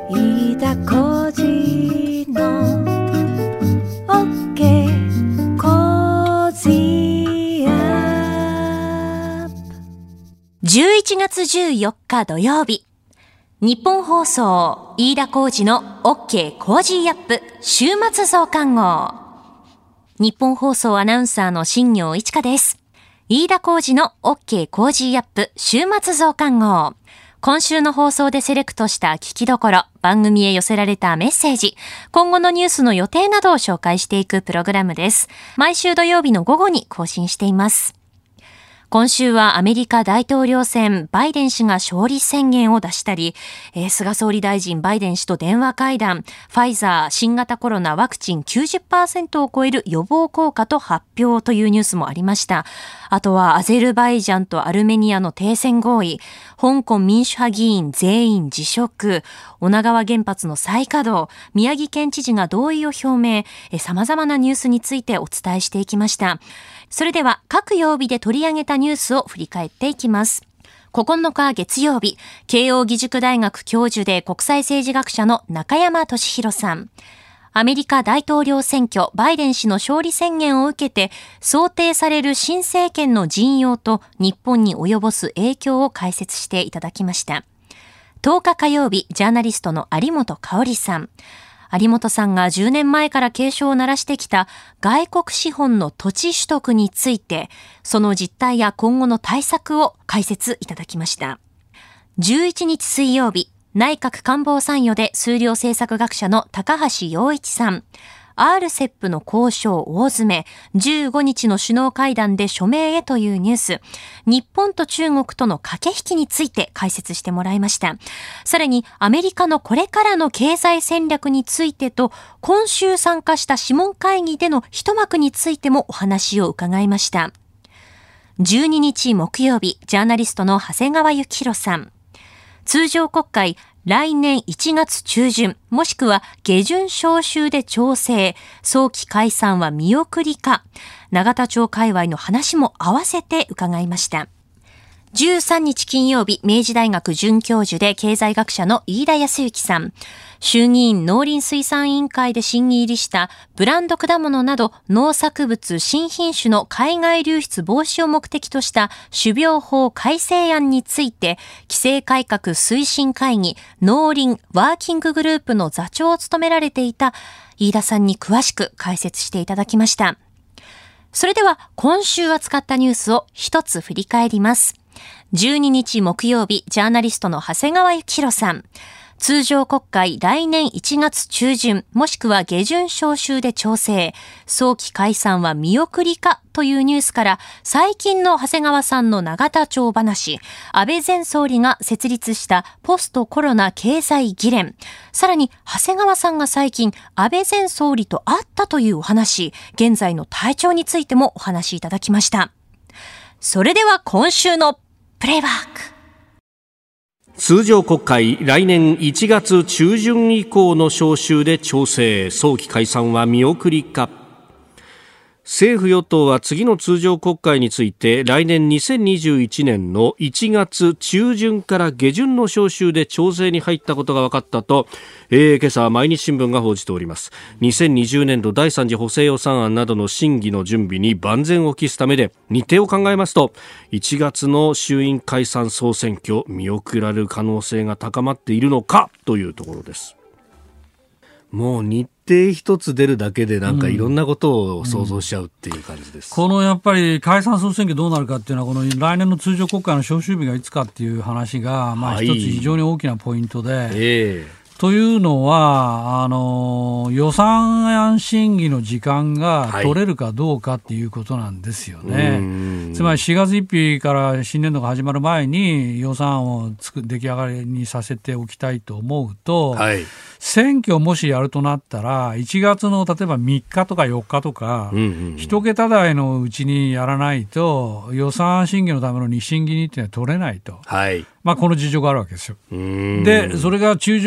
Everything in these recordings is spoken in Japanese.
飯田浩司の OK コージーアップ。11月14日土曜日、日本放送飯田浩司の OK コージーアップ週末増刊号。日本放送アナウンサーの新業一華です。飯田浩司の OK コージーアップ週末増刊号。今週の放送でセレクトした聞きどころ、番組へ寄せられたメッセージ、今後のニュースの予定などを紹介していくプログラムです。毎週土曜日の午後に更新しています。今週はアメリカ大統領選、バイデン氏が勝利宣言を出したり、菅総理大臣バイデン氏と電話会談、ファイザー新型コロナワクチン 90% を超える予防効果と発表というニュースもありました。あとはアゼルバイジャンとアルメニアの停戦合意、香港民主派議員全員辞職、女川原発の再稼働、宮城県知事が同意を表明、様々なニュースについてお伝えしていきました。それでは各曜日で取り上げたニュースを振り返っていきます。9日月曜日、慶應義塾大学教授で国際政治学者の中山俊宏さん。アメリカ大統領選挙バイデン氏の勝利宣言を受けて想定される新政権の陣容と日本に及ぼす影響を解説していただきました。10日火曜日、ジャーナリストの有本香里さん。有本さんが10年前から警鐘を鳴らしてきた外国資本の土地取得について、その実態や今後の対策を解説いただきました。11日水曜日、内閣官房参与で数量政策学者の高橋洋一さん。RCEP の交渉大詰め、15日の首脳会談で署名へというニュース、日本と中国との駆け引きについて解説してもらいました。さらにアメリカのこれからの経済戦略についてと、今週参加した諮問会議での一幕についてもお話を伺いました。12日木曜日、ジャーナリストの長谷川幸宏さん。通常国会、来年1月中旬、もしくは下旬召集で調整、早期解散は見送りか、永田町界隈の話も合わせて伺いました。13日金曜日、明治大学准教授で経済学者の飯田康之さん。衆議院農林水産委員会で審議入りしたブランド果物など農作物新品種の海外流出防止を目的とした種苗法改正案について、規制改革推進会議農林ワーキンググループの座長を務められていた飯田さんに詳しく解説していただきました。それでは今週扱ったニュースを一つ振り返ります。12日木曜日、ジャーナリストの長谷川幸宏さん。通常国会来年1月中旬、もしくは下旬召集で調整、早期解散は見送りかというニュースから、最近の長谷川さんの永田町話、安倍前総理が設立したポストコロナ経済議連、さらに長谷川さんが最近安倍前総理と会ったというお話、現在の体調についてもお話しいただきました。それでは今週のプレイバック。 通常国会来年1月中旬以降の召集で調整、早期解散は見送りか。政府与党は次の通常国会について来年2021年の1月中旬から下旬の召集で調整に入ったことが分かったと、今朝毎日新聞が報じております。2020年度第3次補正予算案などの審議の準備に万全を期すためで、日程を考えますと1月の衆院解散総選挙見送られる可能性が高まっているのかというところです。もう日程一つ出るだけでなんかいろんなことを想像しちゃうっていう感じです。 このやっぱり解散総選挙どうなるかっていうのは、この来年の通常国会の召集日がいつかっていう話が一つ非常に大きなポイントで、というのは予算案審議の時間が取れるかどうかっていうことなんですよね。つまり4月1日から新年度が始まる前に予算案を出来上がりにさせておきたいと思うと、選挙をもしやるとなったら1月の例えば3日とか4日とか、一桁台のうちにやらないと予算案審議のための日審議にっていうのは取れないと、この事情があるわけですよ。でそれが中旬から下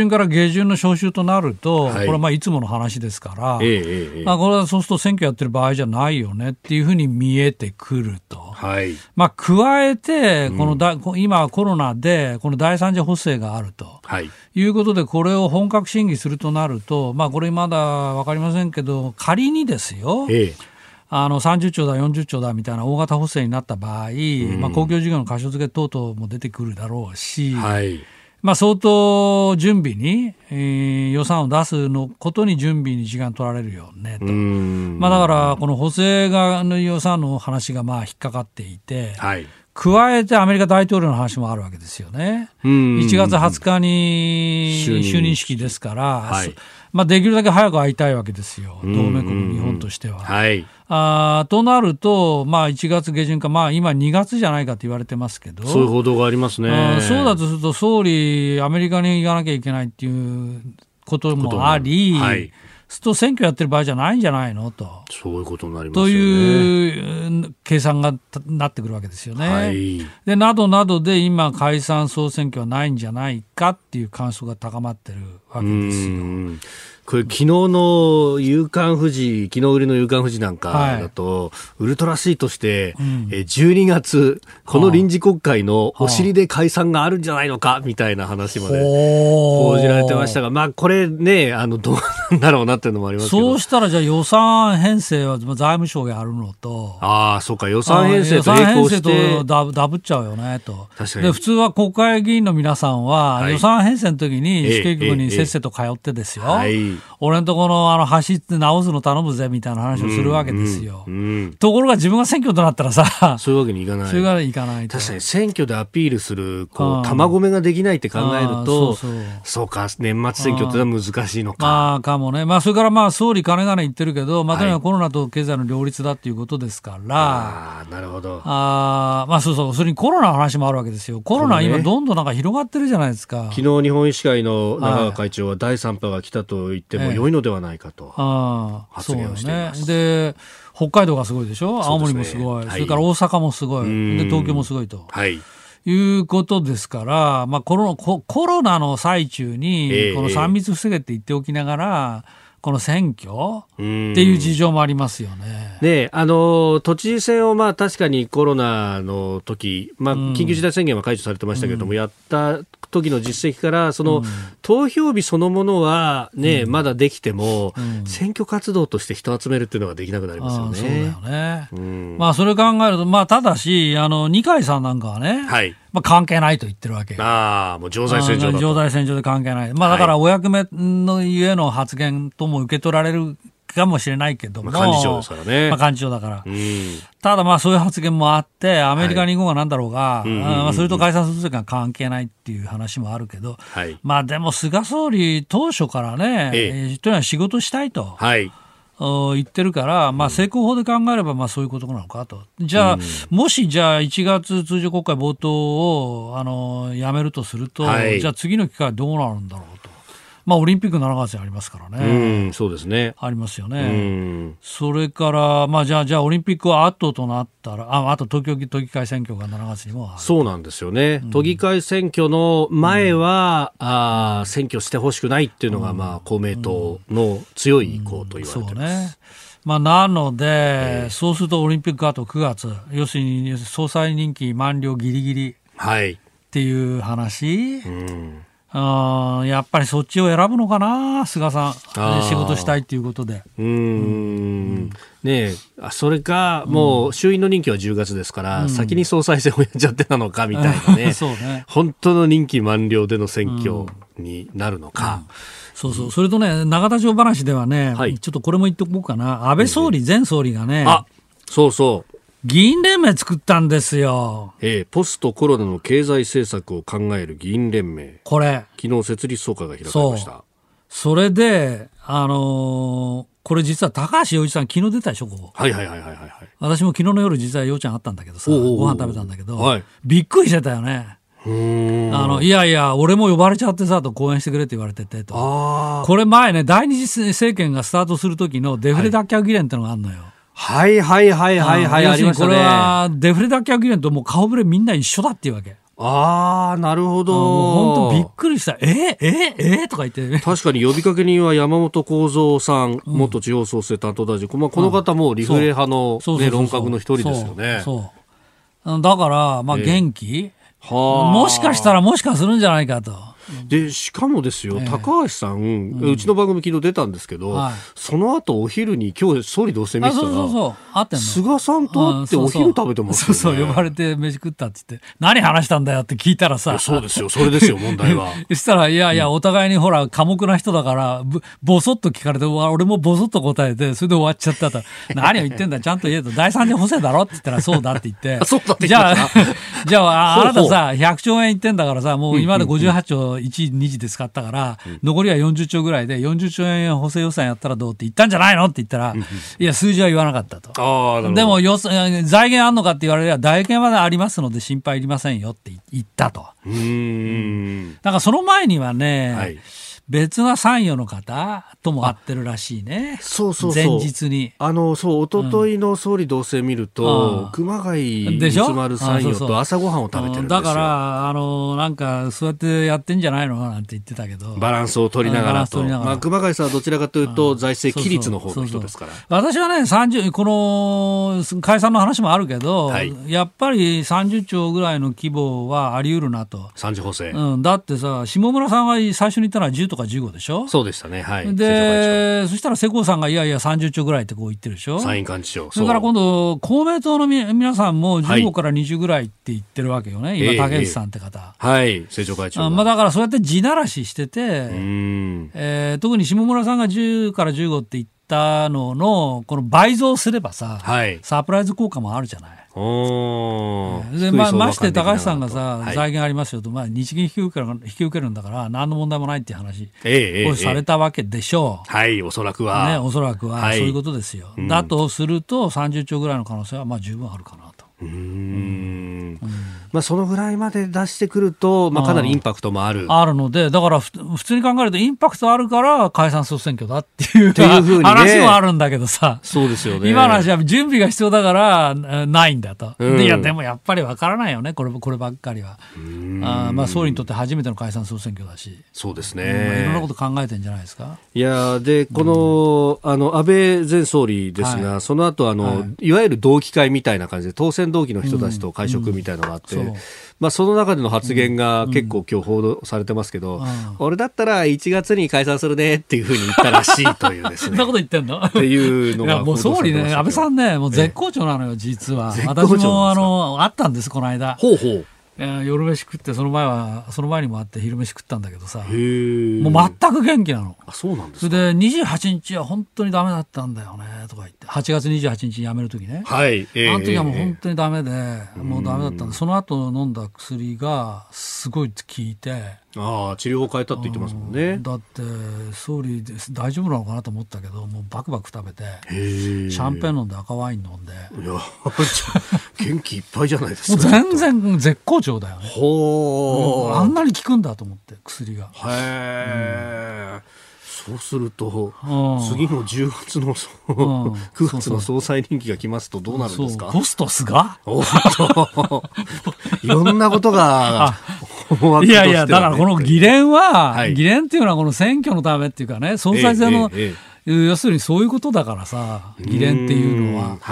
下旬の召集となると、これはまあいつもの話ですから、これはそうすると選挙やってる場合じゃないよねっていうふうに見えてくると。まあ、加えて今コロナでこの第三次補正があると、いうことで、これを本格審議するとなると、まあ、これまだ分かりませんけど、仮にですよ、30兆だ40兆だみたいな大型補正になった場合、まあ、公共事業の過小付け等々も出てくるだろうし、まあ、相当準備に、予算を出すのことに準備に時間取られるよねと。まあ、だからこの補正側の予算の話がまあ引っかかっていて、加えてアメリカ大統領の話もあるわけですよね。1月20日に就任式ですから、まあ、できるだけ早く会いたいわけですよ、同盟国日本としては。となると、まあ、1月下旬か、まあ、今2月じゃないかと言われてますけど、 そういう報道がありますね。 そうだとすると総理アメリカに行かなきゃいけないっていうこともあり、すると選挙やってる場合じゃないんじゃないのと、 そういうことになりますよね。 という計算がなってくるわけですよね。でなどなどで今解散総選挙はないんじゃないかっていう感想が高まってるわけですよ。 これ昨日の夕刊フジ、昨日売りの夕刊フジなんかだと、ウルトラ C として、12月この臨時国会のお尻で解散があるんじゃないのかみたいな話まで報じられてましたが、まあこれね、どうなんだろうなっていうのもありますけど、そうしたらじゃあ予算編成は財務省がやるのと、 そうか、予算編成と並行してダブっちゃうよねと。 確かに。 で普通は国会議員の皆さんは、予算編成の時に主計局にせっせと通ってですよ、俺のところの橋って直すの頼むぜみたいな話をするわけですよ。ところが自分が選挙となったらさ、 そういうわけにいかない。 それがいかないと。 確かに選挙でアピールする玉込めができないって考えると、そうか、年末選挙ってのは難しいのか。 かもね。まあそれからまあ総理金々言ってるけど、まあとにかくコロナと経済の両立だっていうことですから。 なるほど。 まあそれにコロナの話もあるわけですよ。コロナ今どんどんなんか広がってるじゃないですか。 昨日日本医師会の中川会長は第3波が来たと言っても良いのではないかと発言をしています。 で北海道がすごいでしょ、青森もすごい、それから大阪もすごいで、東京もすごいと、いうことですから、まあ、コロナの最中にこの3密防げって言っておきながら、この選挙っていう事情もありますよね。 都知事選をまあ確かにコロナの時、まあ、緊急事態宣言は解除されてましたけれども、やった時の実績からその、投票日そのものは、まだできても、選挙活動として人を集めるっていうのができなくなりますよね。 そうだよね。まあ、それを考えると、まあ、ただし二階さんなんかはね、まあ、関係ないと言ってるわけ。 もう常在戦場だと。 常在戦場で関係ない。まあ、だからお役目のゆえの発言とも受け取られるかもしれないけども、 幹事長ですからね。 幹事長だから。ただまあそういう発言もあって、アメリカに行こうがなんだろうが、それと解散総選挙は関係ないっていう話もあるけど、まあでも菅総理当初からね、というのは仕事したいと。言ってるから、まあ、成功法で考えればまあそういうことなのかと。じゃあ、もしじゃあ1月通常国会冒頭をやめるとすると、じゃあ次の機会どうなるんだろうと。まあ、オリンピック7月にありますからね。 そうですね。 ありますよね。それから、まあ、じゃあオリンピックは後となったら、あと都議会選挙が7月にもある。 そうなんですよね。都議会選挙の前は、選挙してほしくないっていうのが、まあ、公明党の強い意向と言われています。 そうね。まあ、なので、そうするとオリンピックあと9月、要するに総裁任期満了ギリギリっていう話。やっぱりそっちを選ぶのかな、菅さん、仕事したいということで。 それか、もう衆院の任期は10月ですから、先に総裁選をやっちゃってなのかみたいなね、本当の任期満了での選挙になるのか。 それとね、永田町話ではね、ちょっとこれも言っておこうかな、安倍総理、前総理がね、議員連盟作ったんですよ。 ポストコロナの経済政策を考える議員連盟。 これ昨日設立総会が開かれました。 それで、これ実は高橋洋一さん昨日出たでしょ、ここ。私も昨日の夜実は洋ちゃんあったんだけどさ、ご飯食べたんだけど、びっくりしてたよね。いやいや俺も呼ばれちゃってさと講演してくれって言われててと。これ前ね、第二次政権がスタートする時のデフレ脱却議連ってのがあるのよ。 ありましたね。 これはデフレ脱却議連ともう顔ぶれみんな一緒だっていうわけ。 なるほど。 本当びっくりした。とか言って、ね、 確かに呼びかけ人は山本幸三さん、元地方創生担当大臣、この方もリフレ派の、ね、論客の一人ですよね。 だから、元気、もしかしたらもしかするんじゃないかと。 でしかもですよ、高橋さん、うちの番組昨日出たんですけど、その後お昼に今日総理同棲見てたら菅さんと会ってお昼食べてますよね。 呼ばれて飯食ったって言って何話したんだよって聞いたらさ、 そうですよ、それですよ問題は。 そしたらいや、お互いにほら寡黙な人だからボソッと聞かれて、俺もボソッと答えて、それで終わっちゃったと。何を言ってんだちゃんと言えと。第三次補正だろって言ったらそうだって言ってそうだって言ったらじゃああなたさ100兆円言ってんだからさ、もう今まで58兆1、2時で使ったから、残りは40兆ぐらいで40兆円補正予算やったらどうって言ったんじゃないのって言ったら、いや数字は言わなかったと。でも財源あんのかって言われれば財源はありますので心配いりませんよって言ったと。だからその前にはね、別な参与の方とも会ってるらしいね。 そう前日に一昨日の総理同棲見ると、熊谷光丸参与と朝ごはんを食べてるんですよ。 だからなんかそうやってやってんじゃないのなんて言ってたけど、 バランスを取りながらと。熊谷さんはどちらかというと財政規律の方の人ですから。 私はねこの解散の話もあるけど、やっぱり30兆ぐらいの規模はあり得るなと。 3次補正、 だってさ、下村さんが最初に言ったのは10とか15でしょ。 そうでしたね。 でそしたら世耕さんがいや30兆ぐらいってこう言ってるでしょ。 参院幹事長。 それから今度公明党の皆さんも15から20ぐらいって言ってるわけよね、今竹内さんって方、 政調会長だからそうやって地ならししてて、特に下村さんが10から15って言ったののこの倍増すればさ、サプライズ効果もあるじゃない。でまして高橋さんがさ、財源ありますよと、日銀引き受けるんだから何の問題もないっていう話をされたわけでしょう。 おそらくは、 おそらくはそういうことですよ。だとすると30兆ぐらいの可能性は十分あるかなと。 そのぐらいまで出してくると、かなりインパクトもあるので、だから普通に考えるとインパクトあるから解散総選挙だっていう話もあるんだけどさ。 そうですよね。 今の話は準備が必要だからないんだと。いやでもやっぱりわからないよね、こればっかりは。総理にとって初めての解散総選挙だし。 そうですね。 いろんなこと考えてんじゃないですか。 いやでこの安倍前総理ですが、その後いわゆる同期会みたいな感じで当選同期の人たちと会食みたいなのがあって、その中での発言が結構今日報道されてますけど、俺だったら1月に解散するねっていうふうに言ったらしいというですね。 そんなこと言ってんのっていうのがもう総理ね、安倍さんね、もう絶好調なのよ実は。私も会ったんですこの間。夜飯食って、その前にもあって昼飯食ったんだけどさ、もう全く元気なの。 そうなんですか。 それで28日は本当にダメだったんだよねとか言って、8月28日に辞める時ね、あの時はもう本当にダメで、もうダメだったんで、その後飲んだ薬がすごい効いて、 治療を変えたって言ってますもんね。 だって総理大丈夫なのかなと思ったけど、もうバクバク食べてシャンペン飲んで赤ワイン飲んで、 いや元気いっぱいじゃないですか。 全然絶好調だよね。あんなに効くんだと思って薬が。 そうすると次の10月の9月の総裁任期が来ますとどうなるんですか。 ポスト菅いろんなことがいやだからこの議連は、議連っていうのはこの選挙のためっていうかね、総裁選の、要するにそういうことだからさ、議連っていうのは。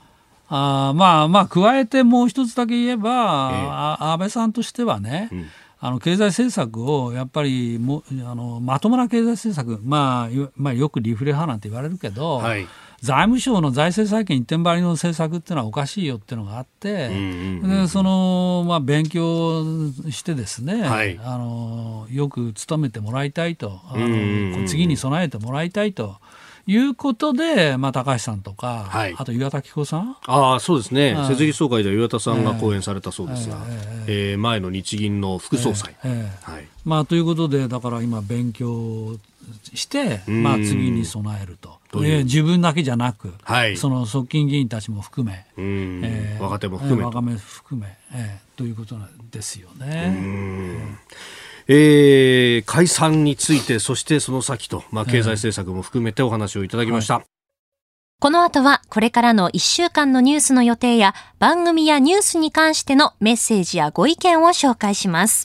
加えてもう一つだけ言えば、安倍さんとしてはね、経済政策をやっぱりまともな経済政策、よくリフレ派なんて言われるけど、財務省の財政再建一点張りの政策っていうのはおかしいよっていうのがあって、で勉強してですね、よく勤めてもらいたいと、次に備えてもらいたいということで、高橋さんとか、あと岩田紀子さん、 そうですね、設立総会では岩田さんが講演されたそうですが、前の日銀の副総裁、ということで、だから今勉強して、次に備えると、自分だけじゃなく、その側近議員たちも含め、 若手も含め、 ということですよね。 解散について、そしてその先と、経済政策も含めてお話をいただきました。 この後はこれからの1週間のニュースの予定や番組やニュースに関してのメッセージやご意見を紹介します。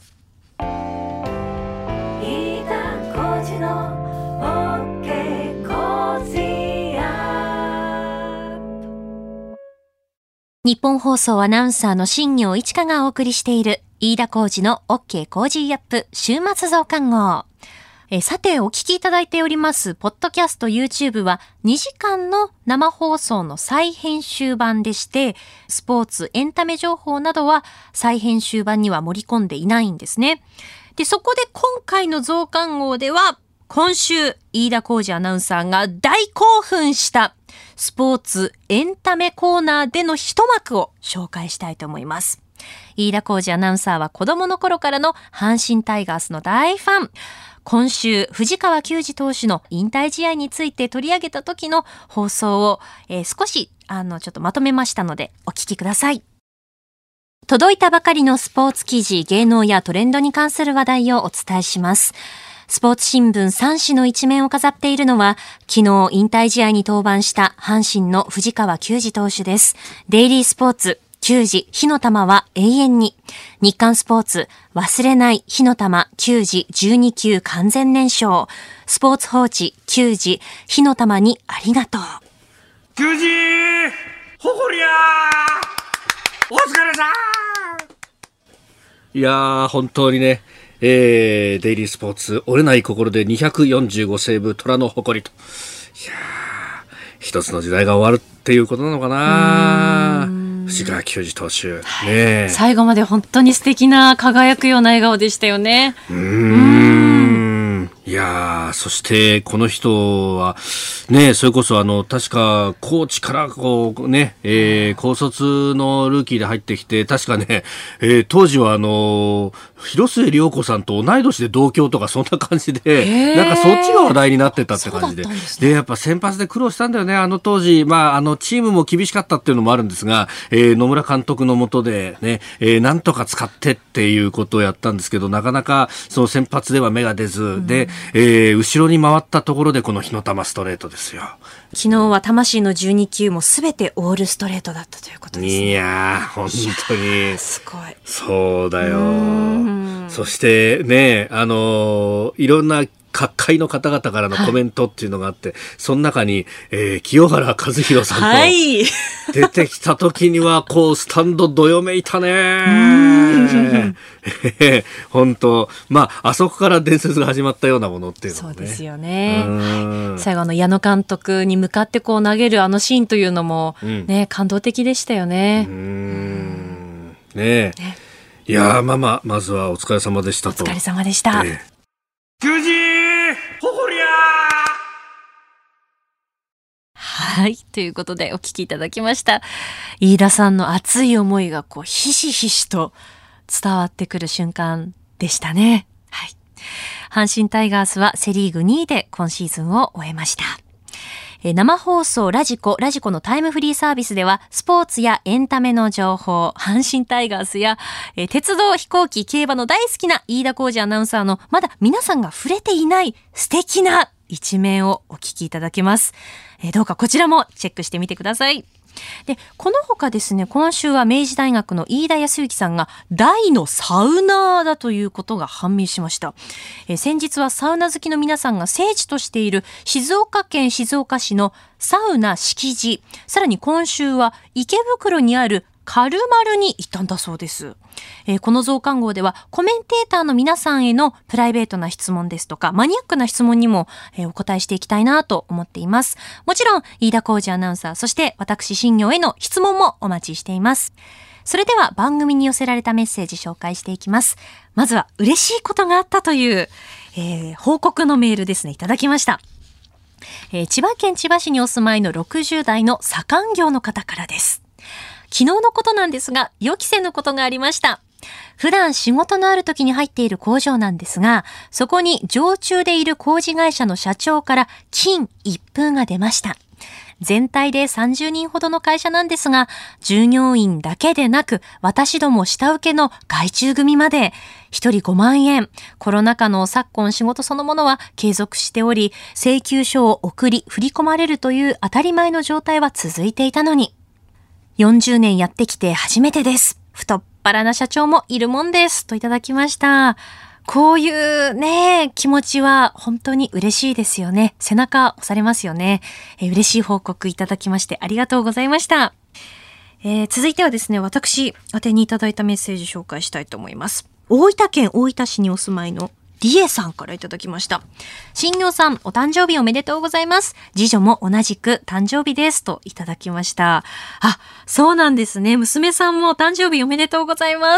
日本放送アナウンサーの新業一華がお送りしている飯田浩司の OK コージーアップ週末増刊号。さてお聞きいただいておりますポッドキャスト YouTube は2時間の生放送の再編集版でして、スポーツエンタメ情報などは再編集版には盛り込んでいないんですね。でそこで今回の増刊号では今週飯田浩司アナウンサーが大興奮したスポーツエンタメコーナーでの一幕を紹介したいと思います。飯田浩司アナウンサーは子供の頃からの阪神タイガースの大ファン。今週藤川球児投手の引退試合について取り上げた時の放送を、少しちょっとまとめましたのでお聞きください。届いたばかりのスポーツ記事、芸能やトレンドに関する話題をお伝えします。スポーツ新聞3紙の一面を飾っているのは、昨日引退試合に登板した阪神の藤川球児投手です。デイリースポーツ、球児、火の玉は永遠に。日刊スポーツ、忘れない火の玉、球児12球完全燃焼。スポーツ報知、球児、火の玉にありがとう。 球児ほほりゃーお疲れさん。いやー本当にね、デイリースポーツ折れない心で245セーブ虎の誇りと。いやー一つの時代が終わるっていうことなのかな。藤川球児投手、ね、 最後まで本当に素敵な輝くような笑顔でしたよね。 いやーそしてこの人はね、それこそ確かコーチからこうね、高卒のルーキーで入ってきて、確かね、当時は広末涼子さんと同い年で同郷とかそんな感じで、なんかそっちが話題になってたって感じで、でやっぱ先発で苦労したんだよね、当時。まあチームも厳しかったっていうのもあるんですが、野村監督の下でね、なんとか使ってっていうことをやったんですけど、なかなかその先発では芽が出ず、で、後ろに回ったところでこの火の玉ストレートですよ。 昨日は魂の12球もすべてオールストレートだったということですね。 いやー本当にすごい。 そうだよ。そしてね、いろんな各界の方々からのコメントっていうのがあって、その中に、清原和博さんと出てきた時にはこうスタンドどよめいたね。本当、まああそこから伝説が始まったようなものっていうのもね。 そうですよね。最後矢野監督に向かってこう投げるあのシーンというのもね、感動的でしたよね。 ね。いやーまずはお疲れ様でしたと。 お疲れ様でした。 球児ほほりゃはい、ということでお聞きいただきました。飯田さんの熱い思いがこうひしひしと伝わってくる瞬間でしたね。はい。阪神タイガースはセリーグ2位で今シーズンを終えました。生放送ラジコのタイムフリーサービスではスポーツやエンタメの情報、阪神タイガースや鉄道、飛行機、競馬の大好きな飯田浩司アナウンサーのまだ皆さんが触れていない素敵な一面をお聞きいただけます。どうかこちらもチェックしてみてください。で、この他ですね、今週は明治大学の飯田康之さんが大のサウナーだということが判明しました。先日はサウナ好きの皆さんが聖地としている静岡県静岡市のサウナ敷地、さらに今週は池袋にあるカルマルに行ったんだそうです。この増刊号ではコメンテーターの皆さんへのプライベートな質問ですとかマニアックな質問にも、お答えしていきたいなと思っています。もちろん飯田浩司アナウンサー、そして私新業への質問もお待ちしています。それでは番組に寄せられたメッセージ紹介していきます。まずは嬉しいことがあったという、報告のメールですね、いただきました。千葉県千葉市にお住まいの60代の左官業の方からです。昨日のことなんですが、予期せぬことがありました。普段仕事のある時に入っている工場なんですが、そこに常駐でいる工事会社の社長から金一封が出ました。 全体で30人ほどの会社なんですが、従業員だけでなく、私ども下請けの外注組まで、1人5万円。コロナ禍の昨今仕事そのものは継続しており、請求書を送り、振り込まれるという当たり前の状態は続いていたのに、40年やってきて初めてです。太っ腹な社長もいるもんです。といただきました。こういうね、気持ちは本当に嬉しいですよね。背中押されますよね。嬉しい報告いただきましてありがとうございました。続いてはですね、私宛てにいただいたメッセージ紹介したいと思います。大分県大分市にお住まいのリエさんからいただきました。新業さん、お誕生日おめでとうございます。次女も同じく誕生日ですといただきました。あ、そうなんですね。娘さんも誕生日おめでとうございます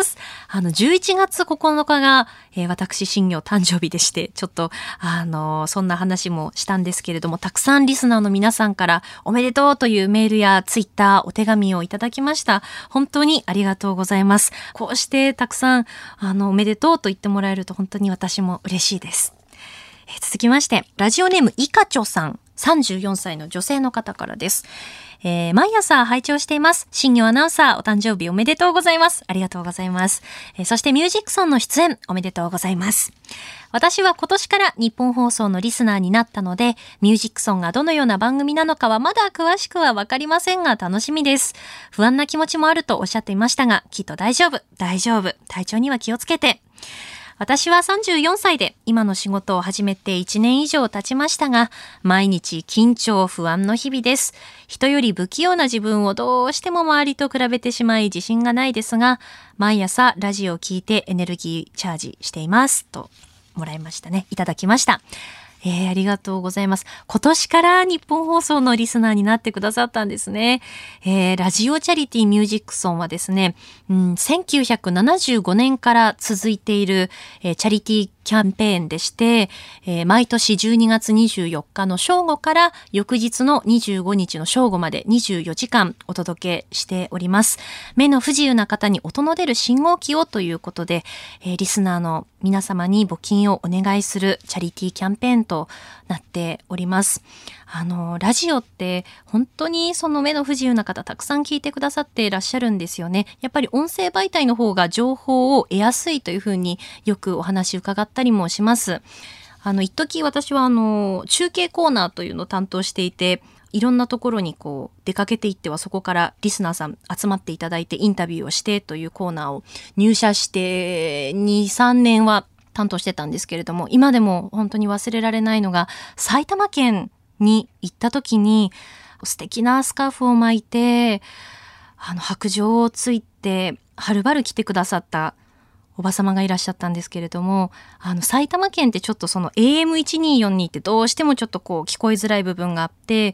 。11月9日が、私新業誕生日でして、ちょっとそんな話もしたんですけれども、たくさんリスナーの皆さんからおめでとうというメールやツイッター、お手紙をいただきました。本当にありがとうございます。こうしてたくさんおめでとうと言ってもらえると本当に私も嬉しいです。続きまして、ラジオネームイカチョさん、34歳の女性の方からです。毎朝拝聴しています。新業アナウンサー、お誕生日おめでとうございます。ありがとうございます。そしてミュージックソンの出演おめでとうございます。私は今年から日本放送のリスナーになったので、ミュージックソンがどのような番組なのかはまだ詳しくはわかりませんが楽しみです。不安な気持ちもあるとおっしゃっていましたが、きっと大丈夫。体調には気をつけて。私は34歳で今の仕事を始めて1年以上経ちましたが、毎日緊張不安の日々です。人より不器用な自分をどうしても周りと比べてしまい自信がないですが、毎朝ラジオを聞いてエネルギーチャージしていますともらいましたね。いただきました。ありがとうございます。今年から日本放送のリスナーになってくださったんですね。ラジオチャリティミュージックソンはですね、1975年から続いている、チャリティーキャンペーンでして、毎年12月24日の正午から翌日の25日の正午まで24時間お届けしております。目の不自由な方に音の出る信号機をということで、リスナーの皆様に募金をお願いするチャリティーキャンペーンとなっております。ラジオって本当にその目の不自由な方たくさん聞いてくださっていらっしゃるんですよね。やっぱり音声媒体の方が情報を得やすいというふうによくお話伺ったりもします。一時私は中継コーナーというのを担当していて、いろんなところにこう出かけていってはそこからリスナーさん集まっていただいてインタビューをしてというコーナーを入社して2、3年は担当してたんですけれども、今でも本当に忘れられないのが埼玉県に行った時に素敵なスカーフを巻いて白杖をついてはるばる来てくださったおば様がいらっしゃったんですけれども、埼玉県ってちょっとその AM1242 ってどうしてもちょっとこう聞こえづらい部分があって、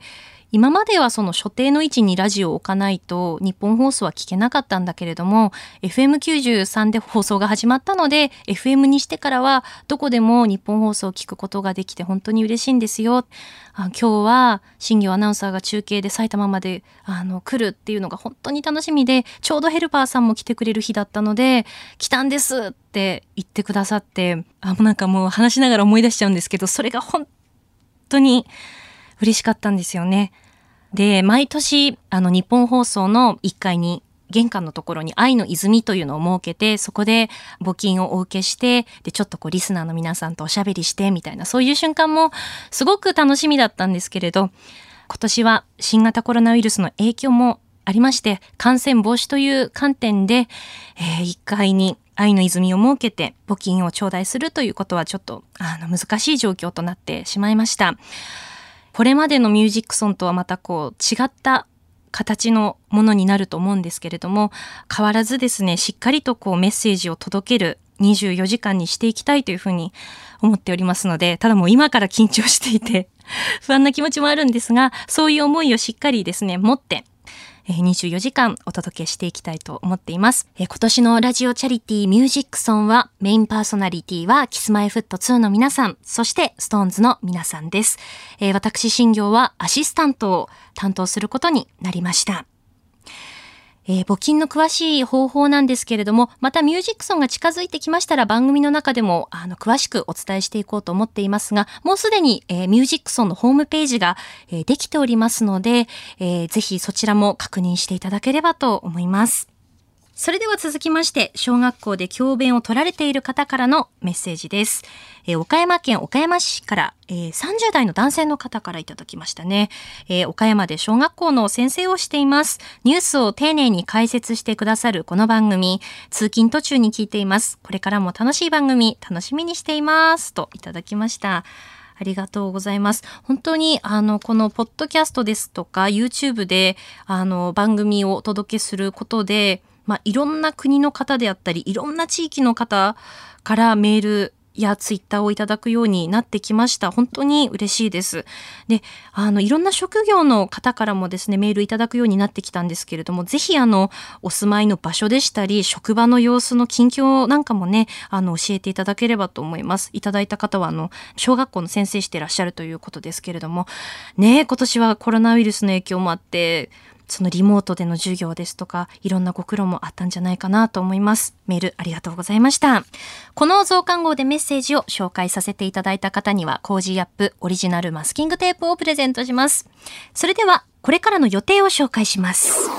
今まではその所定の位置にラジオを置かないと日本放送は聞けなかったんだけれども、 FM93 で放送が始まったので FM にしてからはどこでも日本放送を聞くことができて本当に嬉しいんですよ。今日は新業アナウンサーが中継で埼玉まで来るっていうのが本当に楽しみで、ちょうどヘルパーさんも来てくれる日だったので来たんですって言ってくださって、なんかもう話しながら思い出しちゃうんですけど、それが本当に嬉しかったんですよね。で、毎年日本放送の1階に玄関のところに愛の泉というのを設けて、そこで募金をお受けして、でちょっとこうリスナーの皆さんとおしゃべりしてみたいな、そういう瞬間もすごく楽しみだったんですけれど、今年は新型コロナウイルスの影響もありまして、感染防止という観点で、1階に愛の泉を設けて募金を頂戴するということはちょっと難しい状況となってしまいました。これまでのミュージックソンとはまたこう違った形のものになると思うんですけれども、変わらずですね、しっかりとこうメッセージを届ける24時間にしていきたいというふうに思っておりますので、ただもう今から緊張していて不安な気持ちもあるんですが、そういう思いをしっかりですね持って24時間お届けしていきたいと思っています。今年のラジオチャリティミュージックソンはメインパーソナリティはKiss-My-Foot2の皆さん、そしてSixTONESの皆さんです。私新業はアシスタントを担当することになりました。 募金の詳しい方法なんですけれども、またミュージックソンが近づいてきましたら番組の中でも詳しくお伝えしていこうと思っていますが、もうすでに、ミュージックソンのホームページが、できておりますので、ぜひそちらも確認していただければと思います。それでは続きまして、小学校で教鞭を取られている方からのメッセージです。岡山県岡山市から、30代の男性の方からいただきましたね。岡山で小学校の先生をしています。ニュースを丁寧に解説してくださるこの番組、通勤途中に聞いています。これからも楽しい番組、楽しみにしています。といただきました。ありがとうございます。本当にこのポッドキャストですとか YouTube で番組をお届けすることで、いろんな国の方であったり、いろんな地域の方からメールやツイッターをいただくようになってきました。本当に嬉しいです。で、いろんな職業の方からもですね、メールいただくようになってきたんですけれども、ぜひお住まいの場所でしたり、職場の様子の近況なんかもね、教えていただければと思います。いただいた方は小学校の先生してらっしゃるということですけれども、ね、今年はコロナウイルスの影響もあって、そのリモートでの授業ですとか、いろんなご苦労もあったんじゃないかなと思います。メールありがとうございました。この増刊号でメッセージを紹介させていただいた方には、コージーアップオリジナルマスキングテープをプレゼントします。それでは、これからの予定を紹介します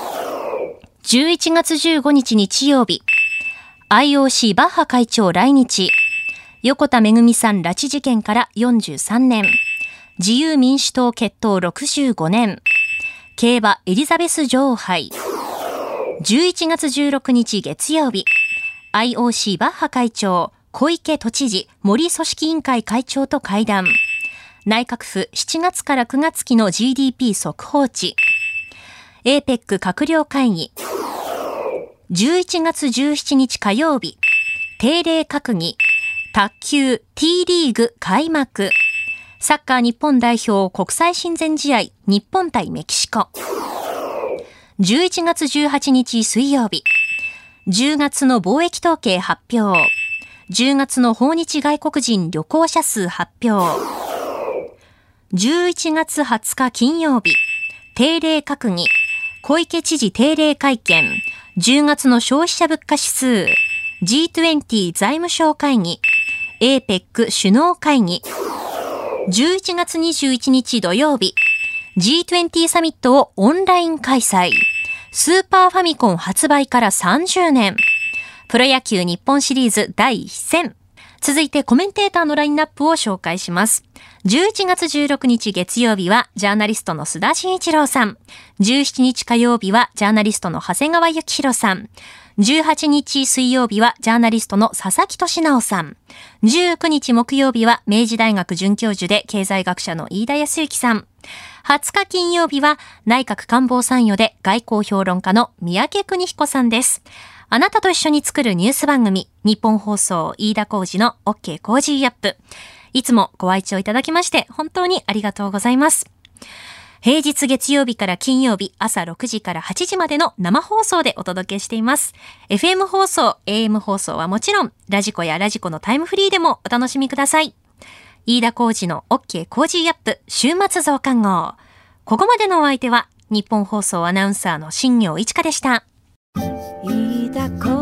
。11月15日日曜日、IOC バッハ会長来日、横田めぐみさん拉致事件から43年、自由民主党結党65年、競馬エリザベス女王杯。11月16日月曜日、IOC バッハ会長、小池都知事、森組織委員会会長と会談。内閣府7月から9月期の GDP 速報値。APEC 閣僚会議。11月17日火曜日、定例閣議。卓球 T リーグ開幕。サッカー日本代表国際親善試合日本対メキシコ。11月18日水曜日、10月の貿易統計発表。10月の訪日外国人旅行者数発表。11月20日金曜日、定例閣議。小池知事定例会見。10月の消費者物価指数。G20 財務省会議。APEC 首脳会議。11月21日土曜日、G20 サミットをオンライン開催。スーパーファミコン発売から30年。プロ野球日本シリーズ第1戦。続いてコメンテーターのラインナップを紹介します。11月16日月曜日はジャーナリストの須田慎一郎さん。17日火曜日はジャーナリストの長谷川幸宏さん。18日水曜日はジャーナリストの佐々木俊直さん。19日木曜日は明治大学准教授で経済学者の飯田康之さん。20日金曜日は内閣官房参与で外交評論家の三宅邦彦さんです。あなたと一緒に作るニュース番組、日本放送飯田浩司の OK コージーアップ。いつもご愛聴いただきまして本当にありがとうございます。平日月曜日から金曜日朝6時から8時までの生放送でお届けしています。FM 放送、AM 放送はもちろん、ラジコやラジコのタイムフリーでもお楽しみください。飯田浩司の OK コージーアップ週末増刊号。ここまでのお相手は日本放送アナウンサーの新業一華でした。飯田浩